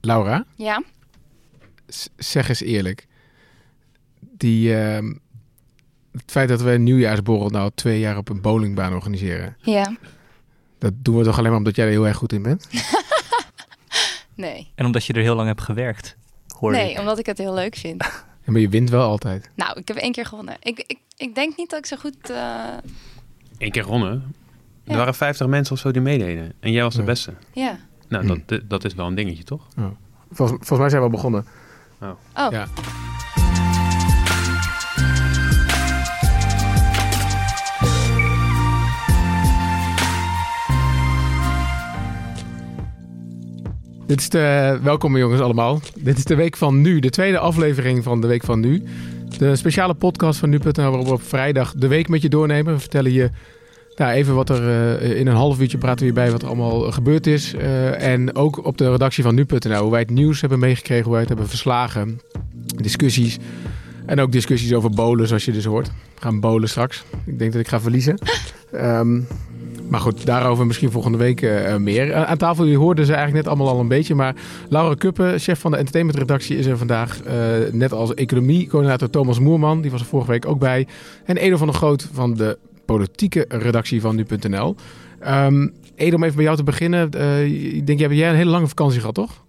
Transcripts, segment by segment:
Laura? Ja? Zeg eens eerlijk. Het feit dat we een nieuwjaarsborrel nou 2 jaar op een bowlingbaan organiseren. Ja. Dat doen we toch alleen maar omdat jij er heel erg goed in bent? Nee. En omdat je er heel lang hebt gewerkt, hoor Nee, ik. omdat ik het heel leuk vind. Maar je wint wel altijd. Nou, ik heb 1 keer gewonnen. Ik denk niet dat ik zo goed... 1 keer gewonnen. Ja. Er waren 50 mensen of zo die meededen. En jij was de beste. Ja. Nou, dat is wel een dingetje, toch? Oh. Volgens mij zijn we al begonnen. Oh. Ja. Welkom jongens allemaal. Dit is de Week van Nu, de tweede aflevering van de Week van Nu. De speciale podcast van Nu.nl waarop we op vrijdag de week met je doornemen. We vertellen je even wat er in een half uurtje praten we hierbij wat er allemaal gebeurd is. En ook op de redactie van Nu.nl hoe wij het nieuws hebben meegekregen, hoe wij het hebben verslagen. Discussies. En ook discussies over bowlen, zoals je dus hoort. We gaan bowlen straks. Ik denk dat ik ga verliezen. Maar goed, daarover misschien volgende week meer. Aan tafel, jullie hoorden ze eigenlijk net allemaal al een beetje. Maar Laura Kuppen, chef van de entertainmentredactie, is er vandaag. Net als economie-coördinator Thomas Moerman. Die was er vorige week ook bij. En Edo van der Groot van de politieke redactie van Nu.nl. Edo, om even bij jou te beginnen. Ik denk, jij een hele lange vakantie gehad, toch?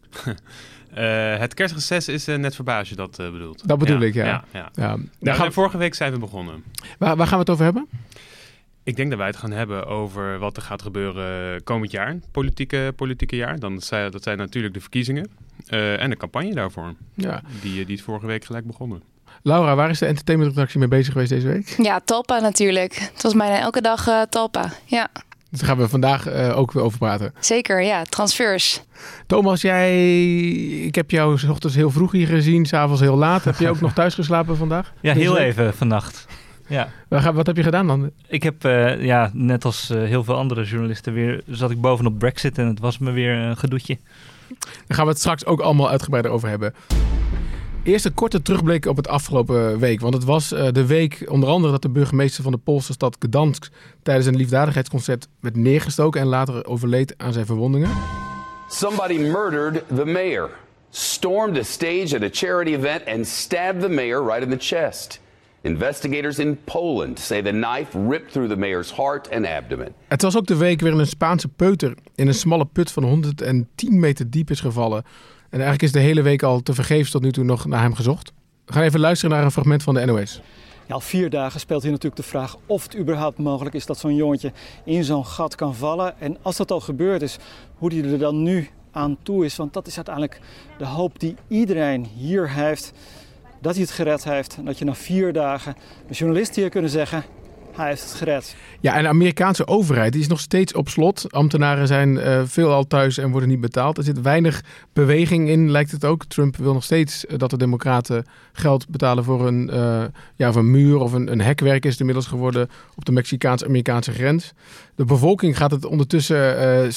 Het kerstreces is net voorbij als je dat bedoelt. Dat bedoel ik, ja. Vorige week zijn we begonnen. Waar gaan we het over hebben? Ik denk dat wij het gaan hebben over wat er gaat gebeuren komend jaar. Politieke jaar. Dat zijn natuurlijk de verkiezingen. En de campagne daarvoor. Ja. Die is vorige week gelijk begonnen. Laura, waar is de entertainmentredactie mee bezig geweest deze week? Ja, Talpa natuurlijk. Het was bijna elke dag Talpa. Ja. Dus daar gaan we vandaag ook weer over praten. Zeker, ja. Transfers. Thomas, ik heb jou 's ochtends heel vroeg hier gezien, 's avonds heel laat. Heb je ook nog thuis geslapen vandaag? Ja, heel even vannacht. Ja. Wat heb je gedaan dan? Ik heb, net als heel veel andere journalisten zat ik bovenop Brexit en het was me weer een gedoetje. Daar gaan we het straks ook allemaal uitgebreider over hebben. Eerst een korte terugblik op het afgelopen week. Want het was de week onder andere dat de burgemeester van de Poolse stad Gdansk tijdens een liefdadigheidsconcert werd neergestoken en later overleed aan zijn verwondingen. Somebody murdered the mayor, stormed a stage at a charity event and stabbed the mayor right in the chest. Investigators in Poland say the knife ripped through the mayor's heart and abdomen. Het was ook de week waarin een Spaanse peuter in een smalle put van 110 meter diep is gevallen. En eigenlijk is de hele week al tevergeefs tot nu toe nog naar hem gezocht. We gaan even luisteren naar een fragment van de NOS. Ja, al 4 dagen speelt hier natuurlijk de vraag of het überhaupt mogelijk is dat zo'n jongetje in zo'n gat kan vallen. En als dat al gebeurd is, hoe die er dan nu aan toe is. Want dat is uiteindelijk de hoop die iedereen hier heeft. Dat hij het gered heeft. En dat je na 4 dagen de journalisten hier kunnen zeggen, hij heeft het gered. Ja, en de Amerikaanse overheid die is nog steeds op slot. Ambtenaren zijn veelal thuis en worden niet betaald. Er zit weinig beweging in, lijkt het ook. Trump wil nog steeds dat de democraten geld betalen voor een muur of een hekwerk is het inmiddels geworden op de Mexicaans-Amerikaanse grens. De bevolking gaat het ondertussen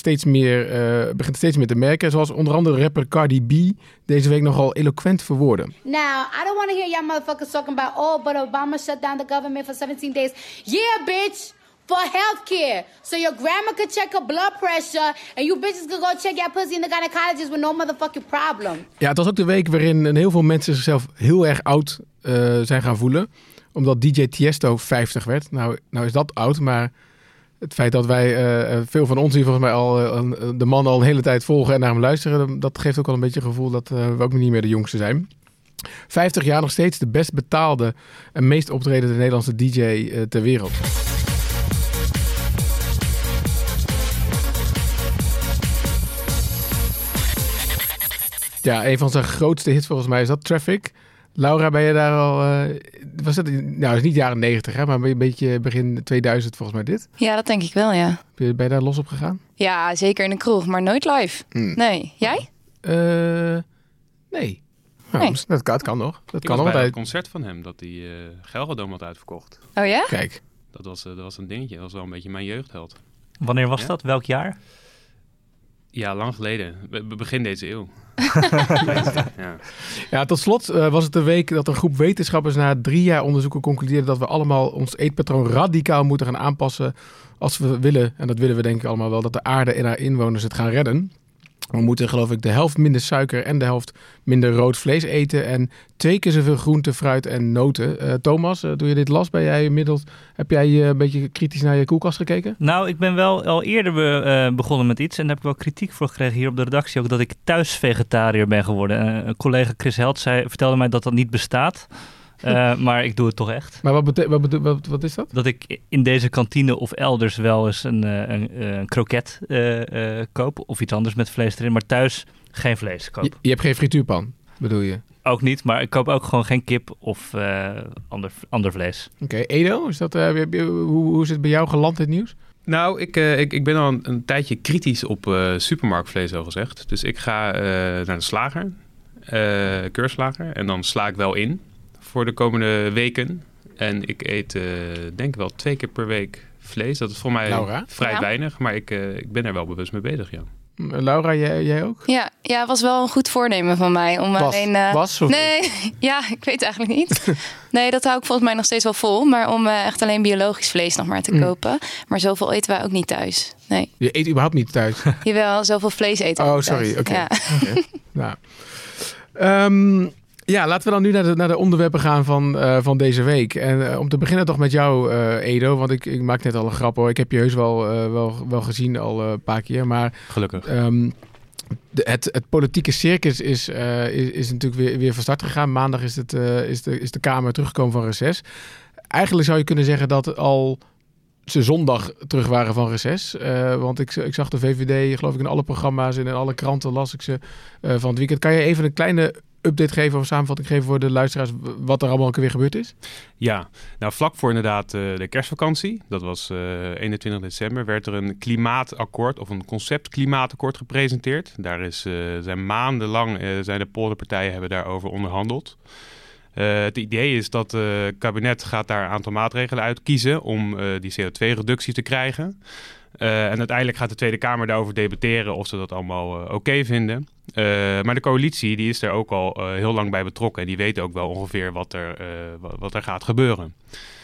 begint steeds meer te merken. Zoals onder andere rapper Cardi B deze week nogal eloquent verwoorden. Now, I don't want to hear y'all motherfuckers talking about, but Obama shut down the government for 17 days. Yeah, bitch! For healthcare. So your grandma could check her blood pressure and you bitches could go check your pussy in the gynecologist with no motherfucking problem. Ja, het was ook de week waarin heel veel mensen zichzelf heel erg oud zijn gaan voelen. Omdat DJ Tiesto 50 werd. Nou is dat oud, maar het feit dat wij, veel van ons hier volgens mij al de man al een hele tijd volgen en naar hem luisteren, dat geeft ook al een beetje het gevoel dat we ook niet meer de jongste zijn. 50 jaar nog steeds de best betaalde en meest optredende Nederlandse DJ ter wereld. Ja, een van zijn grootste hits volgens mij is dat Traffic. Laura, ben je daar al... was het, nou, is niet jaren 90, hè, maar een beetje begin 2000 volgens mij dit. Ja, dat denk ik wel, ja. Ben je daar los op gegaan? Ja, zeker in de kroeg, maar nooit live. Nee. Jij? Nee. Nou, dat kan nog. Dat ik kan was nog bij een concert van hem dat hij Gelredome had uitverkocht. Oh ja? Kijk. Dat was een dingetje. Dat was wel een beetje mijn jeugdheld. Wanneer was dat? Welk jaar? Ja, lang geleden. Begin deze eeuw. Ja, tot slot was het de week dat een groep wetenschappers na 3 jaar onderzoeken concludeerde dat we allemaal ons eetpatroon radicaal moeten gaan aanpassen als we willen, en dat willen we denk ik allemaal wel, dat de aarde en haar inwoners het gaan redden. We moeten geloof ik de helft minder suiker en de helft minder rood vlees eten. En 2 keer zoveel groente, fruit en noten. Thomas, toen je dit las, heb jij een beetje kritisch naar je koelkast gekeken? Nou, ik ben wel al eerder begonnen met iets. En daar heb ik wel kritiek voor gekregen hier op de redactie ook. Dat ik thuis vegetariër ben geworden. Een collega Chris Held vertelde mij dat dat niet bestaat. Maar ik doe het toch echt. Maar wat is dat? Dat ik in deze kantine of elders wel eens een kroket koop. Of iets anders met vlees erin. Maar thuis geen vlees koop. Je hebt geen frituurpan, bedoel je? Ook niet, maar ik koop ook gewoon geen kip of ander vlees. Oké, Edo, hoe is het bij jou geland, dit nieuws? Nou, ik ben al een tijdje kritisch op supermarktvlees, zo gezegd. Dus ik ga naar de slager, keurslager. En dan sla ik wel in voor de komende weken. En ik eet denk wel 2 keer per week vlees. Dat is voor mij vrij weinig, maar ik ben er wel bewust mee bezig, ja. Laura, jij ook? Ja, het was wel een goed voornemen van mij. Om nee, ja, ik weet het eigenlijk niet. Nee, dat hou ik volgens mij nog steeds wel vol. Maar om echt alleen biologisch vlees nog maar te kopen. Maar zoveel eten wij ook niet thuis. Nee. Je eet überhaupt niet thuis? Jawel, zoveel vlees eten we sorry. Oké. Ja. Nou. Ja, laten we dan nu naar de onderwerpen gaan van deze week. En om te beginnen toch met jou, Edo. Want ik maak net al een grap hoor. Ik heb je heus wel gezien al een paar keer. Maar gelukkig. Het politieke circus is natuurlijk weer van start gegaan. Maandag is de Kamer teruggekomen van reces. Eigenlijk zou je kunnen zeggen dat al ze zondag terug waren van reces. Want ik zag de VVD, geloof ik, in alle programma's en in alle kranten las ik ze van het weekend. Kan je even een kleine update geven of samenvatting geven voor de luisteraars wat er allemaal ook weer gebeurd is? Ja, nou vlak voor inderdaad de kerstvakantie, dat was 21 december, werd er een klimaatakkoord of een concept klimaatakkoord gepresenteerd. Daar zijn maandenlang zijn de polderpartijen hebben daarover onderhandeld. Het idee is dat het kabinet gaat daar een aantal maatregelen uitkiezen om die CO2-reductie te krijgen. En uiteindelijk gaat de Tweede Kamer daarover debatteren of ze dat allemaal oké vinden. Maar de coalitie die is er ook al heel lang bij betrokken en die weet ook wel ongeveer wat er gaat gebeuren.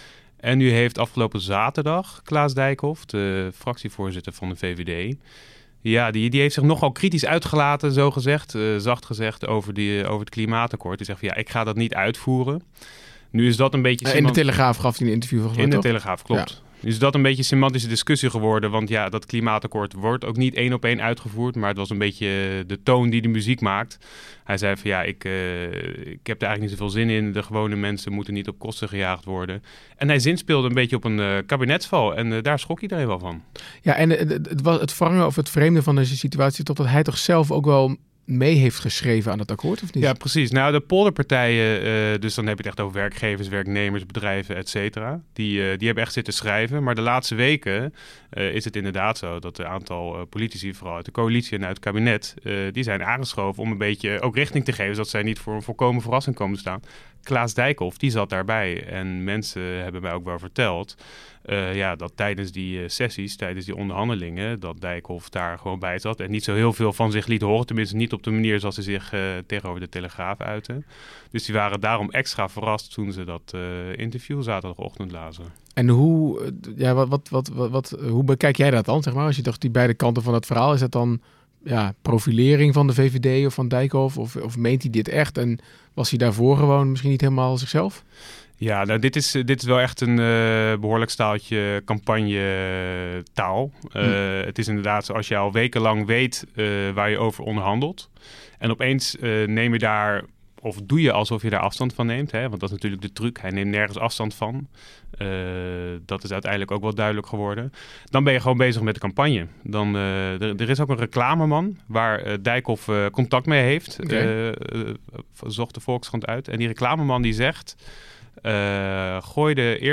En nu heeft afgelopen zaterdag Klaas Dijkhoff, de fractievoorzitter van de VVD... Ja, die heeft zich nogal kritisch uitgelaten, zo gezegd, zacht gezegd, over het klimaatakkoord. Die zegt van ja, ik ga dat niet uitvoeren. Nu is dat een beetje... In de Telegraaf gaf hij een interview volgens mij, In de toch? Telegraaf, klopt. Ja. Nu is dat een beetje een semantische discussie geworden, want ja, dat klimaatakkoord wordt ook niet 1 op 1 uitgevoerd, maar het was een beetje de toon die de muziek maakt. Hij zei van ja, ik heb er eigenlijk niet zoveel zin in, de gewone mensen moeten niet op kosten gejaagd worden. En hij zinspeelde een beetje op een kabinetsval en daar schrok iedereen wel van. Ja, en het vangen of het vreemde van deze situatie is dat hij toch zelf ook wel mee heeft geschreven aan het akkoord, of niet? Ja, precies. Nou, de polderpartijen, dus dan heb je het echt over werkgevers, werknemers, bedrijven, et cetera. Die hebben echt zitten schrijven. Maar de laatste weken is het inderdaad zo dat een aantal politici, vooral uit de coalitie en uit het kabinet, die zijn aangeschoven om een beetje ook richting te geven, zodat zij niet voor een volkomen verrassing komen te staan. Klaas Dijkhoff, die zat daarbij. En mensen hebben mij ook wel verteld dat tijdens die sessies, tijdens die onderhandelingen, dat Dijkhoff daar gewoon bij zat en niet zo heel veel van zich liet horen. Tenminste niet op de manier zoals ze zich tegenover de Telegraaf uiten. Dus die waren daarom extra verrast toen ze dat interview zaterdagochtend lazen. En hoe bekijk jij dat dan, zeg maar? Als je toch die beide kanten van het verhaal, is dat dan profilering van de VVD of van Dijkhoff? Of meent hij dit echt en was hij daarvoor gewoon misschien niet helemaal zichzelf? Ja, nou, dit is wel echt een behoorlijk staaltje campagnetaal. Het is inderdaad zoals je al wekenlang weet waar je over onderhandelt. En opeens neem je daar, of doe je alsof je daar afstand van neemt. Hè? Want dat is natuurlijk de truc. Hij neemt nergens afstand van. Dat is uiteindelijk ook wel duidelijk geworden. Dan ben je gewoon bezig met de campagne. Er is ook een reclameman waar Dijkhoff contact mee heeft. Okay. Zocht de Volkskrant uit. En die reclameman die zegt, gooi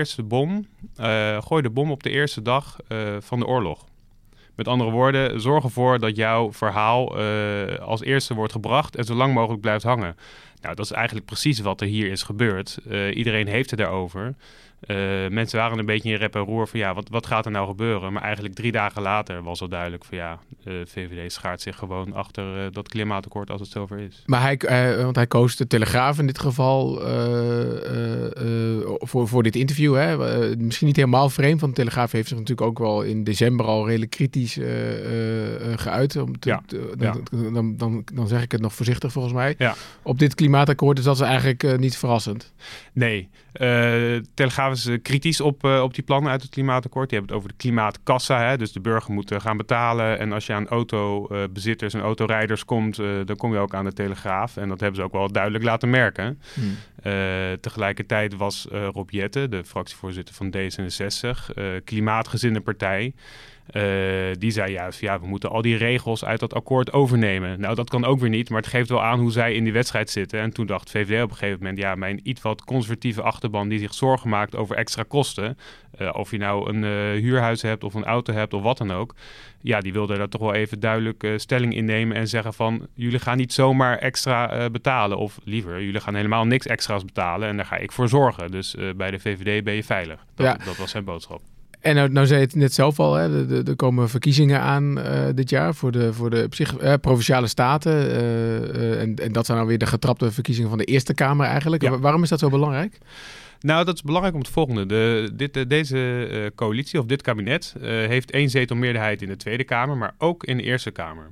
de bom op de eerste dag van de oorlog. Met andere woorden, zorg ervoor dat jouw verhaal als eerste wordt gebracht en zo lang mogelijk blijft hangen. Nou, dat is eigenlijk precies wat er hier is gebeurd. Iedereen heeft het daarover. Mensen waren een beetje in rep en roer van wat gaat er nou gebeuren? Maar eigenlijk 3 dagen later was al duidelijk van VVD schaart zich gewoon achter dat klimaatakkoord als het zover is. Maar want hij koos de Telegraaf in dit geval voor dit interview. Hè? Misschien niet helemaal vreemd, want de Telegraaf heeft zich natuurlijk ook wel in december al redelijk kritisch geuit. Dan zeg ik het nog voorzichtig volgens mij. Ja. Op dit klimaatakkoord, dus dat is eigenlijk niet verrassend. Nee, Telegraaf is kritisch op die plannen uit het klimaatakkoord. Die hebben het over de klimaatkassa. Hè? Dus de burger moet gaan betalen. En als je aan autobezitters en autorijders komt, dan kom je ook aan de Telegraaf. En dat hebben ze ook wel duidelijk laten merken. Tegelijkertijd was Rob Jetten, de fractievoorzitter van D66, klimaatgezinde partij. Die zei juist, we moeten al die regels uit dat akkoord overnemen. Nou, dat kan ook weer niet, maar het geeft wel aan hoe zij in die wedstrijd zitten. En toen dacht VVD op een gegeven moment, mijn iets wat conservatieve achterban die zich zorgen maakt over extra kosten. Of je nou een huurhuis hebt of een auto hebt of wat dan ook. Ja, die wilden daar toch wel even duidelijk stelling in nemen en zeggen van, jullie gaan niet zomaar extra betalen. Of liever, jullie gaan helemaal niks extra's betalen en daar ga ik voor zorgen. Dus bij de VVD ben je veilig. Dat was zijn boodschap. En nou zei je het net zelf al, hè, er komen verkiezingen aan dit jaar voor de Provinciale Staten. En dat zijn dan weer de getrapte verkiezingen van de Eerste Kamer eigenlijk. Ja. Waarom is dat zo belangrijk? Nou, dat is belangrijk om het volgende. Deze coalitie of dit kabinet heeft 1 zetelmeerderheid in de Tweede Kamer, maar ook in de Eerste Kamer.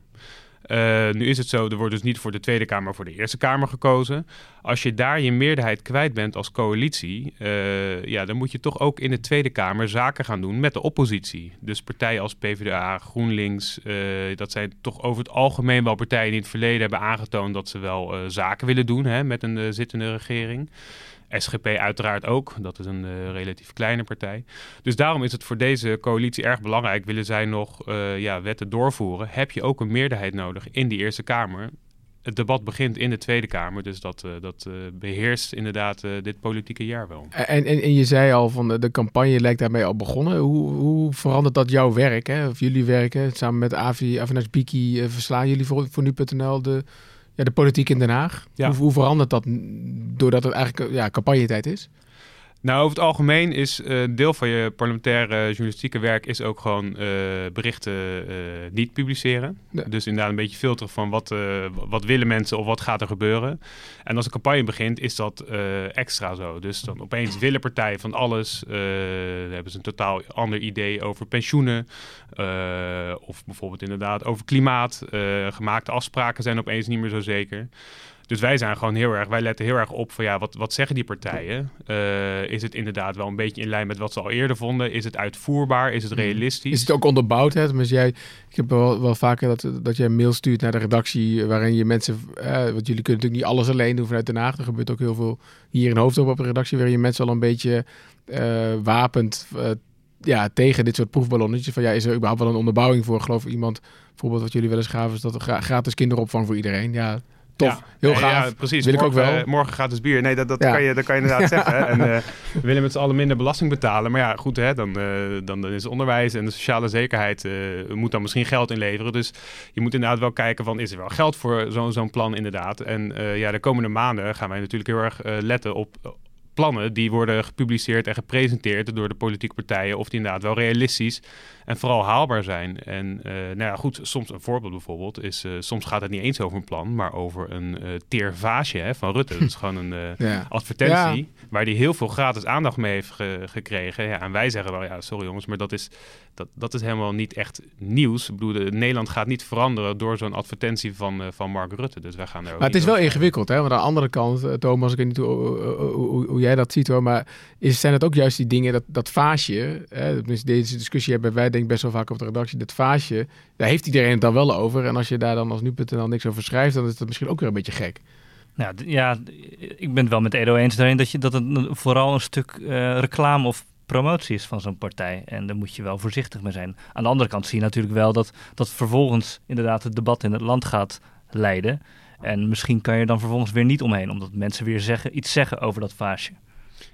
Nu is het zo, er wordt dus niet voor de Tweede Kamer, maar voor de Eerste Kamer gekozen. Als je daar je meerderheid kwijt bent als coalitie, dan moet je toch ook in de Tweede Kamer zaken gaan doen met de oppositie. Dus partijen als PvdA, GroenLinks, dat zijn toch over het algemeen wel partijen die in het verleden hebben aangetoond dat ze wel zaken willen doen met een zittende regering. SGP uiteraard ook. Dat is een relatief kleine partij. Dus daarom is het voor deze coalitie erg belangrijk. Willen zij nog wetten doorvoeren, heb je ook een meerderheid nodig in die Eerste Kamer. Het debat begint in de Tweede Kamer. Dus dat beheerst inderdaad dit politieke jaar wel. En je zei al, van de campagne lijkt daarmee al begonnen. Hoe verandert dat jouw werk? Hè? Of jullie werken samen met Avinash Biki verslaan jullie voor nu.nl de politiek in Den Haag. Ja. Hoe verandert dat doordat het eigenlijk campagnetijd is? Nou, over het algemeen is deel van je parlementaire journalistieke werk is ook gewoon berichten niet publiceren. Ja. Dus inderdaad een beetje filteren van wat willen mensen of wat gaat er gebeuren. En als een campagne begint, is dat extra zo. Dus dan opeens willen partijen van alles. Dan hebben ze een totaal ander idee over pensioenen. Of bijvoorbeeld inderdaad over klimaat. Gemaakte afspraken zijn opeens niet meer zo zeker. Dus wij letten heel erg op van wat zeggen die partijen? Is het inderdaad wel een beetje in lijn met wat ze al eerder vonden? Is het uitvoerbaar? Is het realistisch? Is het ook onderbouwd? Hè? Dus ik heb wel vaker dat jij een mail stuurt naar de redactie waarin je mensen, want jullie kunnen natuurlijk niet alles alleen doen vanuit Den Haag. Er gebeurt ook heel veel hier in Hoofddorp op de redactie waarin je mensen al een beetje wapend tegen dit soort proefballonnetjes. Van is er überhaupt wel een onderbouwing voor? Geloof iemand, bijvoorbeeld wat jullie wel eens gaven, is dat er gratis kinderopvang voor iedereen. Ja. Tof, heel gaaf. Ja, precies. Wil ik ook wel. Morgen gratis bier. Nee, dat kan je inderdaad zeggen. En we willen met z'n allen minder belasting betalen. Maar ja, goed, dan is het onderwijs en de sociale zekerheid moet dan misschien geld inleveren. Dus je moet inderdaad wel kijken van, is er wel geld voor zo'n plan inderdaad? En de komende maanden gaan wij natuurlijk heel erg letten op plannen die worden gepubliceerd en gepresenteerd door de politieke partijen, of die inderdaad wel realistisch en vooral haalbaar zijn. En soms een voorbeeld bijvoorbeeld is, soms gaat het niet eens over een plan, maar over een teer vaasje van Rutte. Dat is gewoon een advertentie waar hij heel veel gratis aandacht mee heeft gekregen. Ja, en wij zeggen wel, sorry jongens, maar dat is helemaal niet echt nieuws. Ik bedoel, Nederland gaat niet veranderen door zo'n advertentie van Mark Rutte. Dus wij gaan daar ook. Maar het is wel ingewikkeld, hè? Want aan de andere kant, Thomas, ik weet niet hoe jij dat ziet hoor, maar zijn het ook juist die dingen, dat vaasje, deze discussie hebben wij denk ik best wel vaak op de redactie, dat vaasje, daar heeft iedereen het dan wel over. En als je daar dan als nu.nl niks over schrijft, dan is dat misschien ook weer een beetje gek. Ja, ik ben het wel met Edo eens daarin dat het vooral een stuk reclame of promotie is van zo'n partij. En daar moet je wel voorzichtig mee zijn. Aan de andere kant zie je natuurlijk wel dat vervolgens inderdaad het debat in het land gaat leiden. En misschien kan je dan vervolgens weer niet omheen, omdat mensen weer iets zeggen over dat vaasje.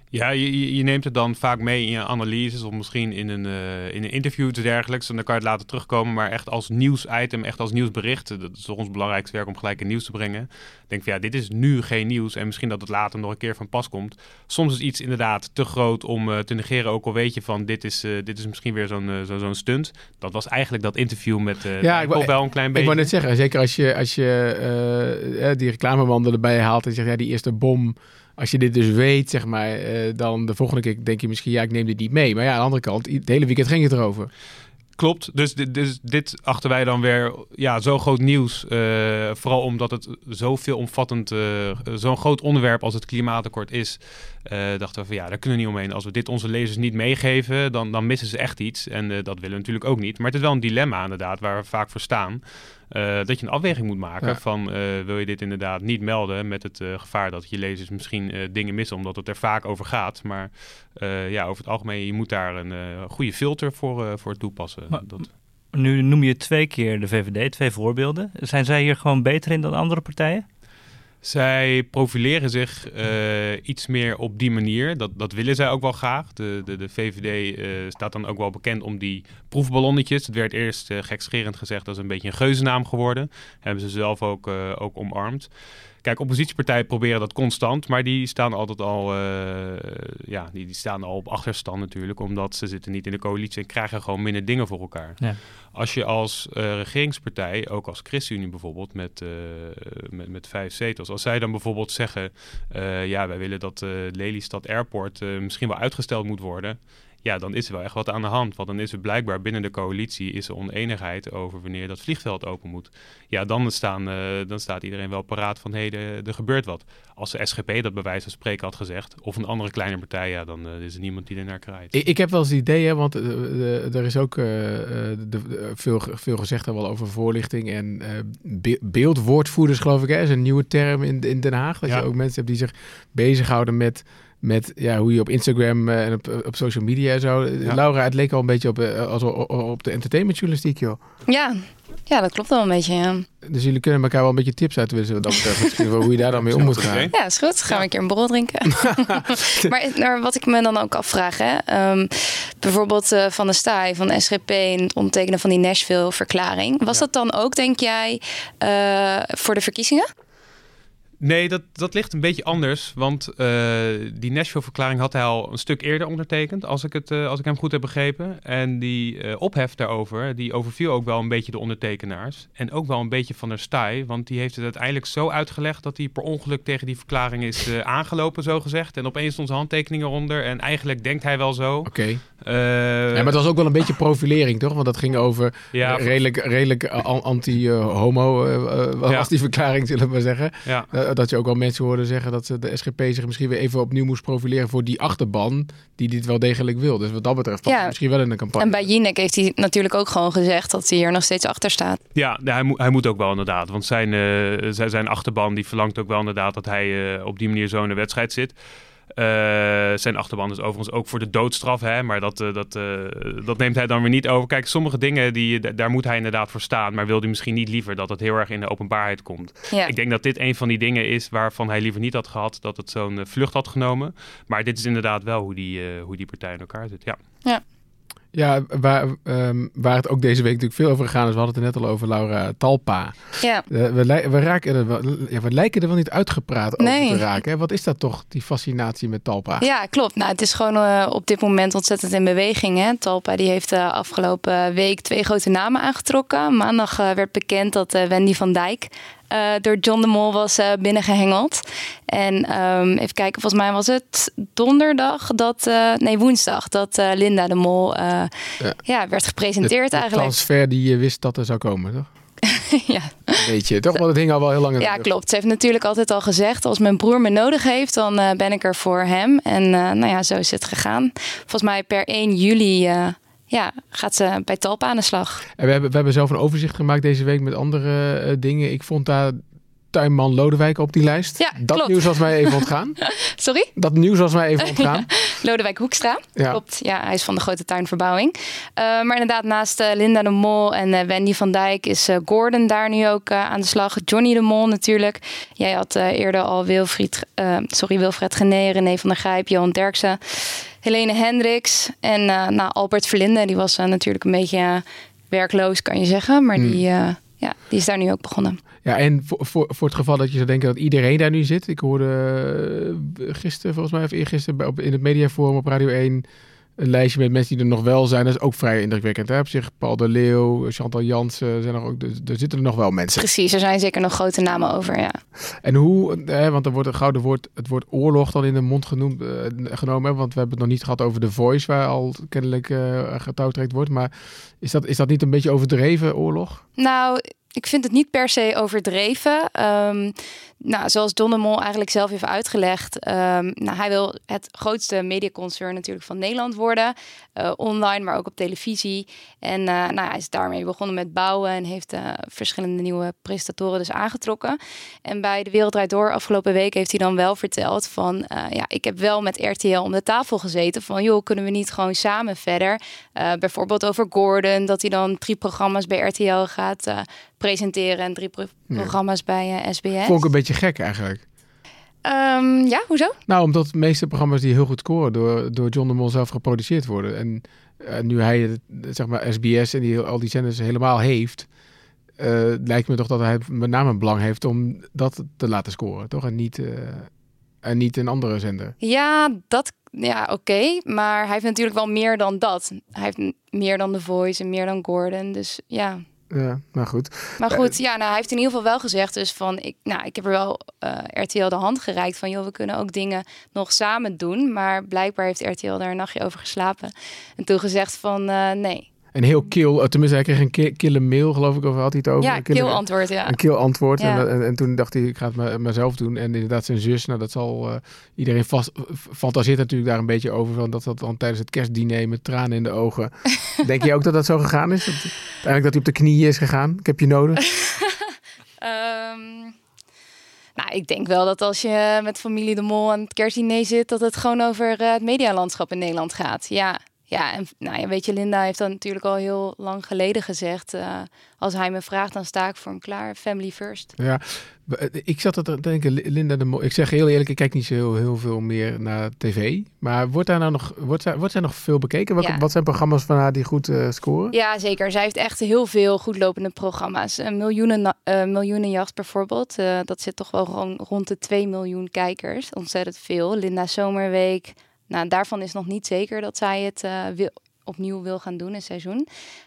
Ja, je neemt het dan vaak mee in je analyses of misschien in een interview of dergelijks. En dan kan je het later terugkomen, maar echt als nieuwsitem, echt als nieuwsbericht. Dat is toch ons belangrijkste werk om gelijk in nieuws te brengen. Ik denk van dit is nu geen nieuws en misschien dat het later nog een keer van pas komt. Soms is iets inderdaad te groot om te negeren, ook al weet je van dit is misschien weer zo'n stunt. Dat was eigenlijk dat interview met wel een klein beetje. Ik wou net zeggen, zeker als je die reclamewanden erbij haalt en zegt die eerste bom. Als je dit dus weet, zeg maar, dan de volgende keer denk je misschien, ik neem dit niet mee. Maar aan de andere kant, het hele weekend ging het erover. Klopt, dus dit achten wij dan weer zo groot nieuws. Vooral omdat het zo veelomvattend, zo'n groot onderwerp als het klimaatakkoord is. Dachten we van daar kunnen we niet omheen. Als we dit onze lezers niet meegeven, dan missen ze echt iets. En dat willen we natuurlijk ook niet. Maar het is wel een dilemma inderdaad, waar we vaak voor staan. Dat je een afweging moet maken van wil je dit inderdaad niet melden met het gevaar dat je lezers misschien dingen missen omdat het er vaak over gaat. Maar over het algemeen, je moet daar een goede filter voor toepassen. Nu noem je 2 keer de VVD, 2 voorbeelden. Zijn zij hier gewoon beter in dan andere partijen? Zij profileren zich iets meer op die manier. Dat willen zij ook wel graag. De VVD staat dan ook wel bekend om die proefballonnetjes. Het werd eerst gekscherend gezegd, dat is een beetje een geuzennaam geworden. Hebben ze zelf ook omarmd. Kijk, oppositiepartijen proberen dat constant, maar die staan altijd al, die staan al op achterstand natuurlijk, omdat ze zitten niet in de coalitie en krijgen gewoon minder dingen voor elkaar. Ja. Als je als regeringspartij, ook als ChristenUnie bijvoorbeeld, met 5 zetels, als zij dan bijvoorbeeld zeggen, wij willen dat Lelystad Airport misschien wel uitgesteld moet worden, dan is er wel echt wat aan de hand. Want dan is er blijkbaar binnen de coalitie is er oneenigheid over wanneer dat vliegveld open moet. Ja, dan staat iedereen wel paraat van er gebeurt wat. Als de SGP dat bij wijze van spreken had gezegd, of een andere kleine partij, dan is er niemand die ernaar kraait. Ik heb wel eens het idee, want er is ook veel gezegd wel over voorlichting en beeldwoordvoerders, geloof ik, is een nieuwe term in Den Haag. Dat je ook mensen hebt die zich bezighouden met hoe je op Instagram en op social media en zo. Ja. Laura, het leek al een beetje op de entertainmentjournalistiek, joh. Ja, dat klopt wel een beetje, ja. Dus jullie kunnen elkaar wel een beetje tips uitwisselen. Hoe je daar dan mee om moet gaan. Ja, is goed. Gaan we een keer een borrel drinken. maar wat ik me dan ook afvraag, bijvoorbeeld Van der Staaij van SGP en het ondertekenen van die Nashville-verklaring. Was dat dan ook, denk jij, voor de verkiezingen? Nee, dat ligt een beetje anders. Want die Nashville-verklaring had hij al een stuk eerder ondertekend, als ik hem goed heb begrepen. En die ophef daarover, die overviel ook wel een beetje de ondertekenaars. En ook wel een beetje Van der Staaij. Want die heeft het uiteindelijk zo uitgelegd dat hij per ongeluk tegen die verklaring is aangelopen, zogezegd. En opeens stond zijn handtekening eronder. En eigenlijk denkt hij wel zo. Oké. Maar het was ook wel een beetje profilering, toch? Want dat ging over redelijk anti-homo, was die verklaring, zullen we maar zeggen. Ja. Dat je ook wel mensen hoorde zeggen dat de SGP zich misschien weer even opnieuw moest profileren voor die achterban die dit wel degelijk wil. Dus wat dat betreft past misschien wel in de campagne. En bij Jinek heeft hij natuurlijk ook gewoon gezegd dat hij er nog steeds achter staat. Ja, hij moet ook wel inderdaad. Want zijn achterban die verlangt ook wel inderdaad dat hij op die manier zo in de wedstrijd zit. Zijn achterban is overigens ook voor de doodstraf, maar dat neemt hij dan weer niet over. Kijk, sommige dingen daar moet hij inderdaad voor staan, maar wil hij misschien niet liever dat het heel erg in de openbaarheid komt. Ja. Ik denk dat dit een van die dingen is waarvan hij liever niet had gehad dat het zo'n vlucht had genomen. Maar dit is inderdaad wel hoe die partij in elkaar zit. Ja. Ja, waar het ook deze week natuurlijk veel over gegaan is. We hadden het er net al over, Laura Talpa. Ja. We lijken er wel niet uitgepraat over te raken. Hè? Wat is dat toch, die fascinatie met Talpa? Ja, klopt. Nou, het is gewoon op dit moment ontzettend in beweging. Hè? Talpa die heeft afgelopen week 2 grote namen aangetrokken. Maandag werd bekend dat Wendy van Dijk door John de Mol was binnengehengeld. En even kijken, volgens mij was het woensdag dat Linda de Mol werd gepresenteerd eigenlijk. De transfer die je wist dat er zou komen, toch? Ja. Weet je, toch? Want het hing al wel heel lang in de lucht. Ja, klopt. Ze heeft natuurlijk altijd al gezegd, als mijn broer me nodig heeft, dan ben ik er voor hem. En zo is het gegaan. Volgens mij per 1 juli... gaat ze bij Talpa aan de slag. En we hebben zelf een overzicht gemaakt deze week met andere dingen. Ik vond daar tuinman Lodewijk op die lijst. Ja, dat klopt. nieuws was mij even ontgaan. Sorry? Dat nieuws was mij even ontgaan. Lodewijk Hoekstra, klopt. Ja, hij is van de grote tuinverbouwing. Maar inderdaad, naast Linda de Mol en Wendy van Dijk is Gordon daar nu ook aan de slag. Johnny de Mol natuurlijk. Jij had eerder al Wilfred Gené, René van der Grijp, Johan Derksen, Helene Hendricks en Albert Verlinde. Die was natuurlijk een beetje werkloos, kan je zeggen. Maar die is daar nu ook begonnen. Ja, en voor het geval dat je zou denken dat iedereen daar nu zit. Ik hoorde gisteren, volgens mij, of eergisteren in het mediaforum op Radio 1... een lijstje met mensen die er nog wel zijn. Dat is ook vrij indrukwekkend. Hè? Op zich, Paul de Leeuw, Chantal Jansen, er zitten er nog wel mensen. Precies, er zijn zeker nog grote namen over, ja. En hoe, want er wordt het woord oorlog dan in de mond genomen. Want we hebben het nog niet gehad over The Voice, waar al kennelijk getouwtrekt wordt. Maar is dat niet een beetje overdreven, oorlog? Nou, ik vind het niet per se overdreven. Zoals Don de Mol eigenlijk zelf heeft uitgelegd. Hij wil het grootste mediaconcern natuurlijk van Nederland worden. Online, maar ook op televisie. En hij is daarmee begonnen met bouwen. En heeft verschillende nieuwe presentatoren dus aangetrokken. En bij De Wereld Draait Door afgelopen week heeft hij dan wel verteld van... ik heb wel met RTL om de tafel gezeten. Van joh, kunnen we niet gewoon samen verder? Bijvoorbeeld over Gordon. Dat hij dan 3 programma's bij RTL gaat presenteren. En 3 programma's bij SBS. Vond ik een beetje gek eigenlijk. Ja, hoezo? Nou, omdat de meeste programma's die heel goed scoren door John de Mol zelf geproduceerd worden. En nu hij zeg maar SBS en al die zenders helemaal heeft, lijkt me toch dat hij met name een belang heeft om dat te laten scoren, toch? En niet een andere zender. Ja, oké. Maar hij heeft natuurlijk wel meer dan dat. Hij heeft meer dan The Voice en meer dan Gordon. Dus ja... Ja, nou goed. Maar goed, hij heeft in ieder geval wel gezegd dus van... Ik heb er wel RTL de hand gereikt van... joh, we kunnen ook dingen nog samen doen. Maar blijkbaar heeft RTL daar een nachtje over geslapen. En toen gezegd van nee. En heel kil, tenminste hij kreeg een kille mail, geloof ik, of had hij het over? Ja, kil antwoord, ja. Een kil antwoord. Ja. En toen dacht hij, ik ga het maar zelf doen. En inderdaad zijn zus, dat zal iedereen fantaseert natuurlijk daar een beetje over. Van dat dan tijdens het kerstdiner met tranen in de ogen. Denk je ook dat zo gegaan is? Uiteindelijk dat hij op de knieën is gegaan? Ik heb je nodig. Ik denk wel dat als je met familie de Mol aan het kerstdiner zit... dat het gewoon over het medialandschap in Nederland gaat. Ja. Ja, en weet je, Linda heeft dat natuurlijk al heel lang geleden gezegd. Als hij me vraagt, dan sta ik voor hem klaar. Family first. Ja, ik zat te denken, Linda de Mol. Ik zeg heel eerlijk, ik kijk niet zo heel veel meer naar tv. Maar wordt zij nog veel bekeken? Wat zijn programma's van haar die goed scoren? Ja, zeker. Zij heeft echt heel veel goedlopende programma's. Miljoenenjacht bijvoorbeeld. Dat zit toch wel gewoon rond de 2 miljoen kijkers. Ontzettend veel. Linda Zomerweek... daarvan is nog niet zeker dat zij het opnieuw wil gaan doen, een seizoen.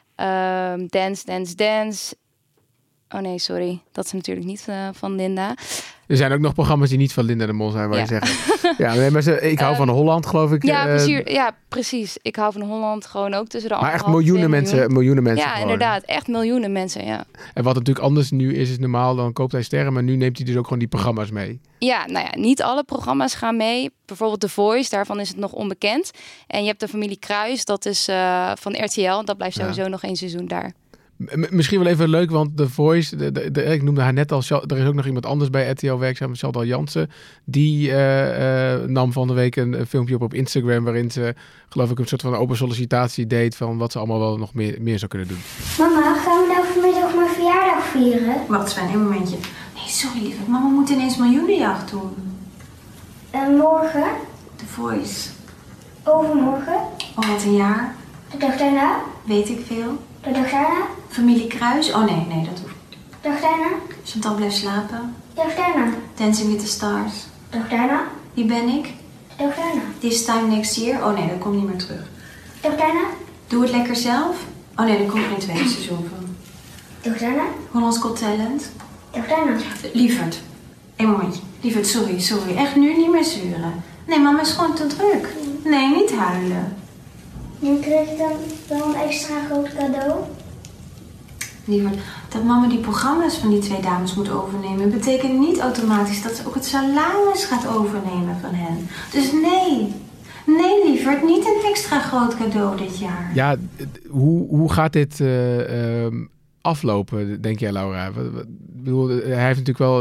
Dance. Oh nee, sorry. Dat is natuurlijk niet van Linda. Er zijn ook nog programma's die niet van Linda de Mol zijn, waar je zegt. Ja, nee, maar ik hou van Holland, geloof ik. Ja, precies. Ik hou van Holland gewoon ook tussen de maar echt miljoenen mensen. Ja, gewoon. Inderdaad. Echt miljoenen mensen, ja. En wat natuurlijk anders nu is normaal, dan koopt hij sterren. Maar nu neemt hij dus ook gewoon die programma's mee. Ja, niet alle programma's gaan mee. Bijvoorbeeld The Voice, daarvan is het nog onbekend. En je hebt de familie Kruis, dat is van RTL. Dat blijft sowieso nog 1 seizoen daar. Misschien wel even leuk, want The Voice, ik noemde haar net al, er is ook nog iemand anders bij RTL werkzaam, Chantal Jansen. Die nam van de week een filmpje op Instagram waarin ze, geloof ik, een soort van open sollicitatie deed van wat ze allemaal wel nog meer zou kunnen doen. Mama, gaan we nou vanmiddag mijn verjaardag vieren? Wacht Sven, een momentje. Nee, sorry lieverd, mama moet ineens miljoenenjacht doen. En morgen? The Voice. Overmorgen? Wat een jaar? De dag daarna? Weet ik veel. De dag daarna? Familie Kruis? Oh nee, dat hoeft. De dag daarna? Chantal blijft slapen. De dag daarna? Dancing with the Stars. De dag daarna? Wie ben ik? De dag daarna? This Time Next Year? Oh nee, dat komt niet meer terug. De dag daarna? Doe het lekker zelf? Oh nee, dat komt geen 2e seizoen van. De dag daarna? Hollands Got Talent? De dag daarna? Lieverd. Een momentje. Lieverd, sorry. Echt nu niet meer zeuren. Nee, mama is gewoon te druk. Nee, niet huilen. Nu kreeg ik dan wel een extra groot cadeau. Lieverd, dat mama die programma's van die 2 dames moet overnemen, betekent niet automatisch dat ze ook het salaris gaat overnemen van hen. Dus nee lieverd, niet een extra groot cadeau dit jaar. Ja, hoe gaat dit aflopen, denk jij, Laura? Ik bedoel, hij heeft natuurlijk wel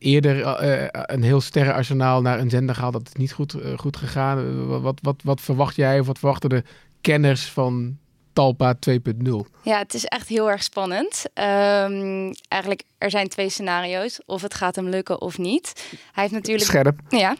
eerder een heel sterrenarsenaal naar een zender gehaald. Dat is niet goed gegaan. Wat verwacht jij of wat verwachten de kenners van Talpa 2.0? Ja, het is echt heel erg spannend. Eigenlijk, er zijn 2 scenario's. Of het gaat hem lukken of niet. Hij heeft natuurlijk... Scherp. Ja.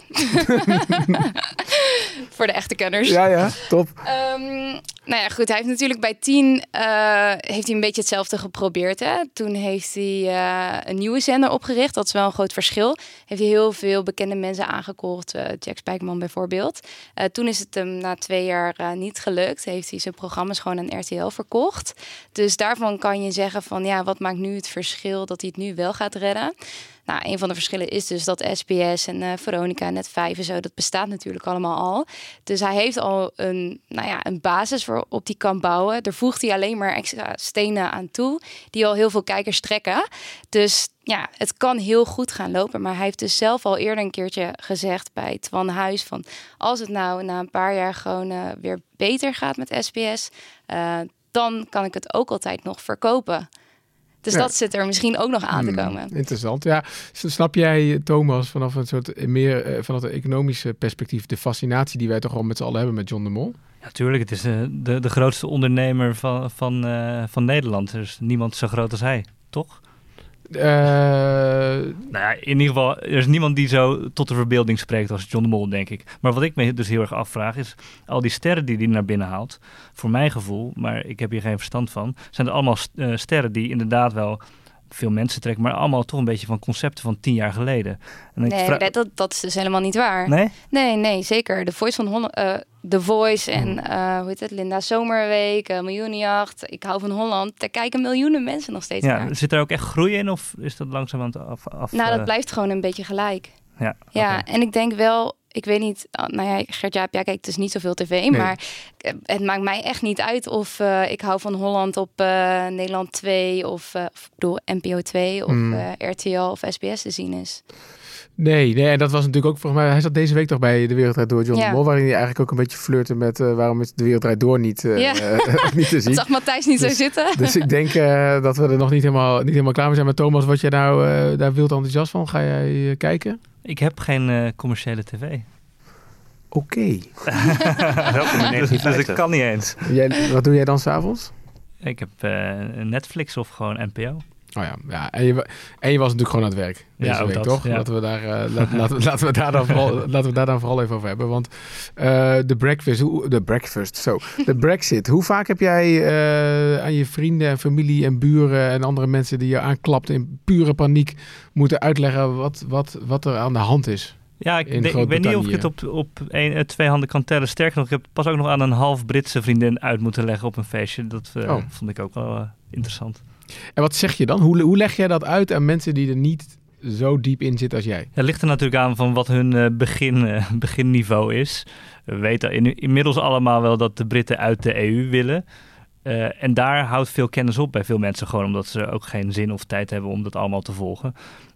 Voor de echte kenners. Ja, top. Nou ja, goed. Hij heeft natuurlijk bij 10 heeft hij een beetje hetzelfde geprobeerd. Hè? Toen heeft hij een nieuwe zender opgericht. Dat is wel een groot verschil. Heeft hij heel veel bekende mensen aangekocht. Jack Spijkerman bijvoorbeeld. Toen is het hem na 2 jaar niet gelukt. Heeft hij zijn programma's gewoon aan RTL verkocht. Dus daarvan kan je zeggen van ja, wat maakt nu het verschil dat hij het nu wel gaat redden? Nou, een van de verschillen is dus dat SBS en Veronica, Net5 en zo, dat bestaat natuurlijk allemaal al. Dus hij heeft al een basis waarop hij kan bouwen. Er voegt hij alleen maar extra stenen aan toe, die al heel veel kijkers trekken. Dus ja, het kan heel goed gaan lopen. Maar hij heeft dus zelf al eerder een keertje gezegd bij Twan Huis van als het nou na een paar jaar gewoon weer beter gaat met SBS, dan kan ik het ook altijd nog verkopen. Dus dat zit er misschien ook nog aan te komen. Interessant. Ja, snap jij, Thomas, vanaf een soort meer vanaf het economische perspectief de fascinatie die wij toch al met z'n allen hebben met John de Mol? Ja, tuurlijk. Het is de grootste ondernemer van Nederland. Er is niemand zo groot als hij, toch? Nou ja, in ieder geval, er is niemand die zo tot de verbeelding spreekt als John de Mol, denk ik. Maar wat ik me dus heel erg afvraag is, al die sterren die hij naar binnen haalt, voor mijn gevoel, maar ik heb hier geen verstand van, zijn er allemaal sterren die inderdaad wel veel mensen trekken, maar allemaal toch een beetje van concepten van 10 jaar geleden. En dat is dus helemaal niet waar. Nee? Nee, zeker. The Voice van Holland, The Voice en hoe heet het? Linda Zomerweek, Miljoenenjacht. Ik hou van Holland. Daar kijken miljoenen mensen nog steeds naar. Zit er ook echt groei in of is dat langzaam aan het af? Nou, dat blijft gewoon een beetje gelijk. Ja, okay. En ik denk wel, ik weet niet, Gert-Jaap, jij kijkt dus niet zoveel tv, nee. Maar het maakt mij echt niet uit of ik hou van Holland op Nederland 2 of NPO 2 of RTL of SBS te zien is. Nee, en dat was natuurlijk ook volgens mij. Hij zat deze week toch bij De Wereld Draait Door, John de Mol, waarin hij eigenlijk ook een beetje flirte met waarom is De Wereld Draait Door niet te zien. Dat zag Matthijs niet zo zitten. Dus ik denk dat we er nog niet helemaal klaar mee zijn. Maar Thomas, word jij nou daar wild enthousiast van? Ga jij kijken? Ik heb geen commerciële tv. Oké. Welkom in 1950. Dus ik kan niet eens. Wat doe jij dan 's avonds? Ik heb Netflix of gewoon NPO. Oh ja. En je was natuurlijk gewoon aan het werk deze week, toch? Ja. Laten we daar dan vooral even over hebben. Want de Brexit. Hoe vaak heb jij aan je vrienden en familie en buren en andere mensen die je aanklapten in pure paniek moeten uitleggen wat er aan de hand is? Ja, ik weet niet of ik het op 2 handen kan tellen. Sterker nog, ik heb pas ook nog aan een half Britse vriendin uit moeten leggen op een feestje. Dat vond ik ook wel interessant. En wat zeg je dan? Hoe leg jij dat uit aan mensen die er niet zo diep in zitten als jij? Het ligt er natuurlijk aan van wat hun beginniveau is. We weten inmiddels allemaal wel dat de Britten uit de EU willen. En daar houdt veel kennis op bij veel mensen. Gewoon omdat ze ook geen zin of tijd hebben om dat allemaal te volgen.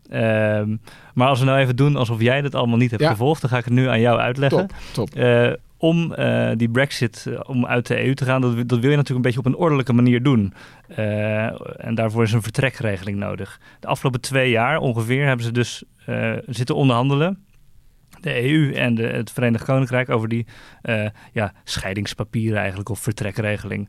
Maar als we nou even doen alsof jij dat allemaal niet hebt gevolgd, dan ga ik het nu aan jou uitleggen. Top. Om die Brexit, om uit de EU te gaan, dat wil je natuurlijk een beetje op een ordelijke manier doen. En daarvoor is een vertrekregeling nodig. De afgelopen 2 jaar ongeveer hebben ze dus zitten onderhandelen. De EU en het Verenigd Koninkrijk over die scheidingspapieren eigenlijk, of vertrekregeling.